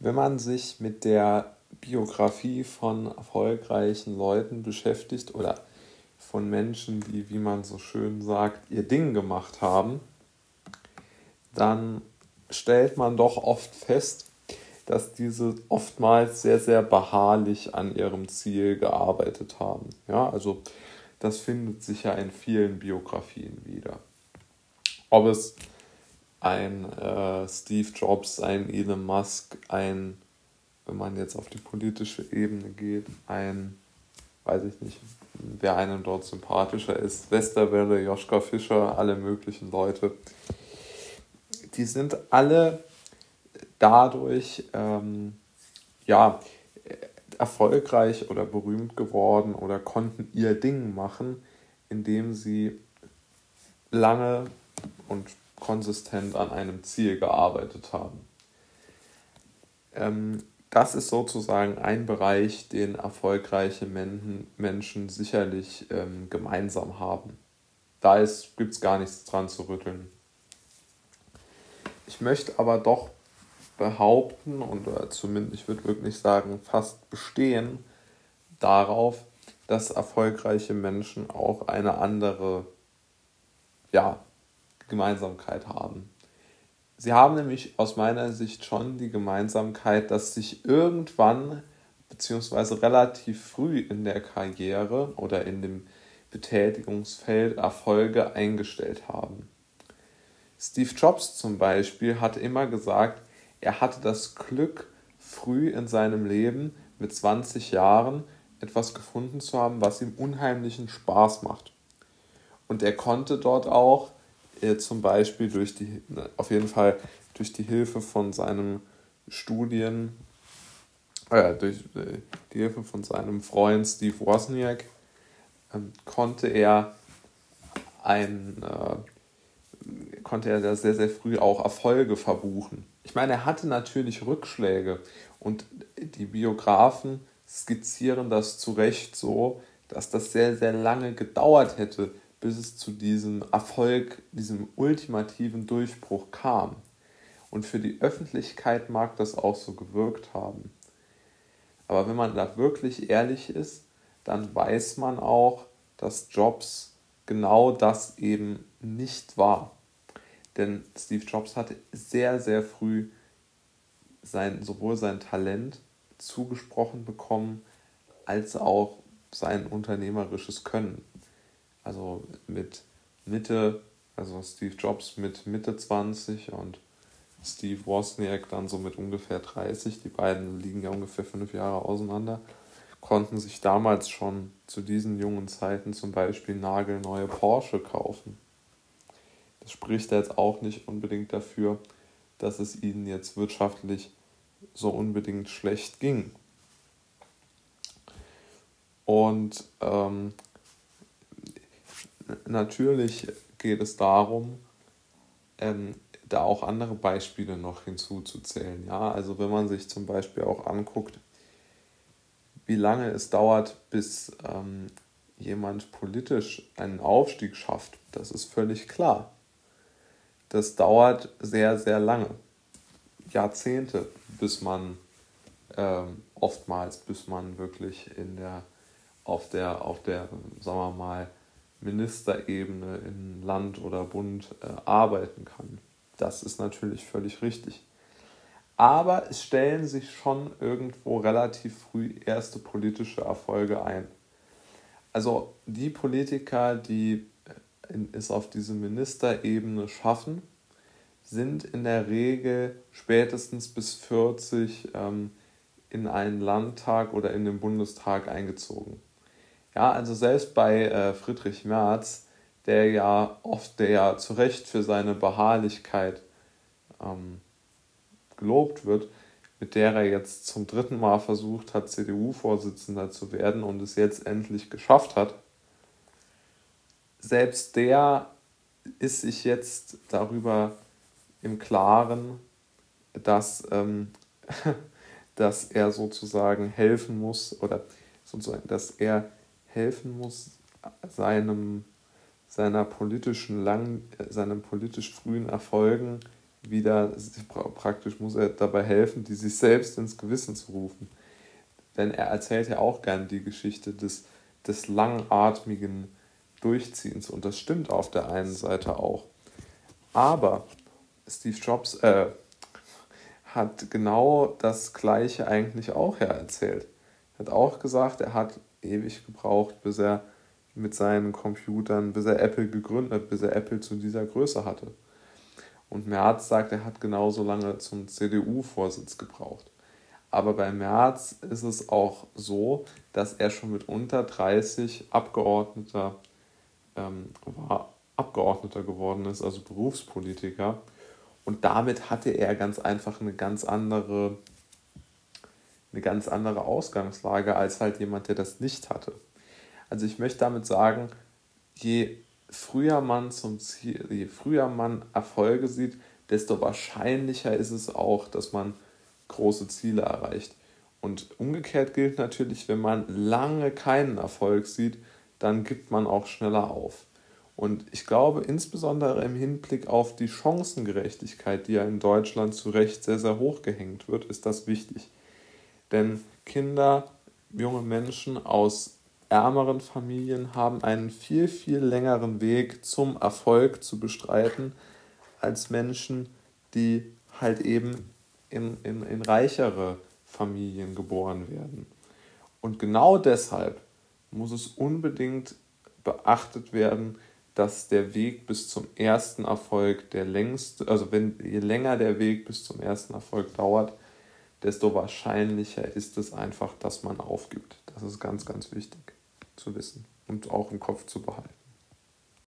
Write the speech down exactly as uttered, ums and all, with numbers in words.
Wenn man sich mit der Biografie von erfolgreichen Leuten beschäftigt oder von Menschen, die, wie man so schön sagt, ihr Ding gemacht haben, dann stellt man doch oft fest, dass diese oftmals sehr, sehr beharrlich an ihrem Ziel gearbeitet haben. Ja, also das findet sich ja in vielen Biografien wieder. Ob es ein äh, Steve Jobs, ein Elon Musk, ein, wenn man jetzt auf die politische Ebene geht, ein, weiß ich nicht, wer einem dort sympathischer ist, Westerwelle, Joschka Fischer, alle möglichen Leute, die sind alle dadurch ähm, ja, erfolgreich oder berühmt geworden oder konnten ihr Ding machen, indem sie lange und konsistent an einem Ziel gearbeitet haben. Ähm, das ist sozusagen ein Bereich, den erfolgreiche Men- Menschen sicherlich ähm, gemeinsam haben. Da gibt es gar nichts dran zu rütteln. Ich möchte aber doch behaupten, und oder zumindest ich würde wirklich sagen, fast bestehen darauf, dass erfolgreiche Menschen auch eine andere ja, Gemeinsamkeit haben. Sie haben nämlich aus meiner Sicht schon die Gemeinsamkeit, dass sich irgendwann beziehungsweise relativ früh in der Karriere oder in dem Betätigungsfeld Erfolge eingestellt haben. Steve Jobs zum Beispiel hat immer gesagt, er hatte das Glück, früh in seinem Leben mit zwanzig Jahren etwas gefunden zu haben, was ihm unheimlichen Spaß macht. Und er konnte dort auch äh, zum Beispiel durch die, auf jeden Fall durch die Hilfe von seinem Studien, äh, durch äh, die Hilfe von seinem Freund Steve Wozniak, äh, konnte er ein äh, konnte er da sehr, sehr früh auch Erfolge verbuchen. Ich meine, er hatte natürlich Rückschläge und die Biografen skizzieren das zu Recht so, dass das sehr, sehr lange gedauert hätte, bis es zu diesem Erfolg, diesem ultimativen Durchbruch kam. Und für die Öffentlichkeit mag das auch so gewirkt haben. Aber wenn man da wirklich ehrlich ist, dann weiß man auch, dass Jobs genau das eben nicht war. Denn Steve Jobs hatte sehr, sehr früh sein, sowohl sein Talent zugesprochen bekommen, als auch sein unternehmerisches Können. Also mit Mitte, also Steve Jobs mit Mitte zwanzig und Steve Wozniak dann so mit ungefähr dreißig, die beiden liegen ja ungefähr fünf Jahre auseinander, konnten sich damals schon zu diesen jungen Zeiten zum Beispiel nagelneue Porsche kaufen. Das spricht jetzt auch nicht unbedingt dafür, dass es ihnen jetzt wirtschaftlich so unbedingt schlecht ging. Und ähm, natürlich geht es darum, ähm, da auch andere Beispiele noch hinzuzuzählen. Ja? Also wenn man sich zum Beispiel auch anguckt, wie lange es dauert, bis ähm, jemand politisch einen Aufstieg schafft, das ist völlig klar. Das dauert sehr, sehr lange. Jahrzehnte, bis man ähm, oftmals, bis man wirklich in der, auf der, auf der, sagen wir mal, Ministerebene in Land oder Bund äh, arbeiten kann. Das ist natürlich völlig richtig. Aber es stellen sich schon irgendwo relativ früh erste politische Erfolge ein. Also die Politiker, die es auf diese Ministerebene schaffen, sind in der Regel spätestens bis vierzig ähm, in einen Landtag oder in den Bundestag eingezogen. Ja, also selbst bei äh, Friedrich Merz, der ja oft, der ja zu Recht für seine Beharrlichkeit ähm, gelobt wird, mit der er jetzt zum dritten Mal versucht hat, C D U-Vorsitzender zu werden und es jetzt endlich geschafft hat, selbst der ist sich jetzt darüber im Klaren, dass, ähm, dass er sozusagen helfen muss oder sozusagen, dass er helfen muss, seinem, seiner politischen lang, seinen politisch frühen Erfolgen wieder, praktisch muss er dabei helfen, die sich selbst ins Gewissen zu rufen. Denn er erzählt ja auch gern die Geschichte des, des langatmigen Durchziehens. Und das stimmt auf der einen Seite auch. Aber Steve Jobs äh, hat genau das Gleiche eigentlich auch ja erzählt. Er hat auch gesagt, er hat ewig gebraucht, bis er mit seinen Computern, bis er Apple gegründet, bis er Apple zu dieser Größe hatte. Und Merz sagt, er hat genauso lange zum C D U-Vorsitz gebraucht. Aber bei Merz ist es auch so, dass er schon mit unter dreißig Abgeordneter, ähm, war, Abgeordneter geworden ist, also Berufspolitiker. Und damit hatte er ganz einfach eine ganz andere, eine ganz andere Ausgangslage als halt jemand, der das nicht hatte. Also ich möchte damit sagen, je früher man zum Ziel, je früher man Erfolge sieht, desto wahrscheinlicher ist es auch, dass man große Ziele erreicht. Und umgekehrt gilt natürlich, wenn man lange keinen Erfolg sieht, dann gibt man auch schneller auf. Und ich glaube, insbesondere im Hinblick auf die Chancengerechtigkeit, die ja in Deutschland zu Recht sehr, sehr hoch gehängt wird, ist das wichtig. Denn Kinder, junge Menschen aus ärmeren Familien haben einen viel, viel längeren Weg zum Erfolg zu bestreiten, als Menschen, die halt eben in, in, in reichere Familien geboren werden. Und genau deshalb muss es unbedingt beachtet werden, dass der Weg bis zum ersten Erfolg der längste, also wenn je länger der Weg bis zum ersten Erfolg dauert, desto wahrscheinlicher ist es einfach, dass man aufgibt. Das ist ganz, ganz wichtig zu wissen und auch im Kopf zu behalten.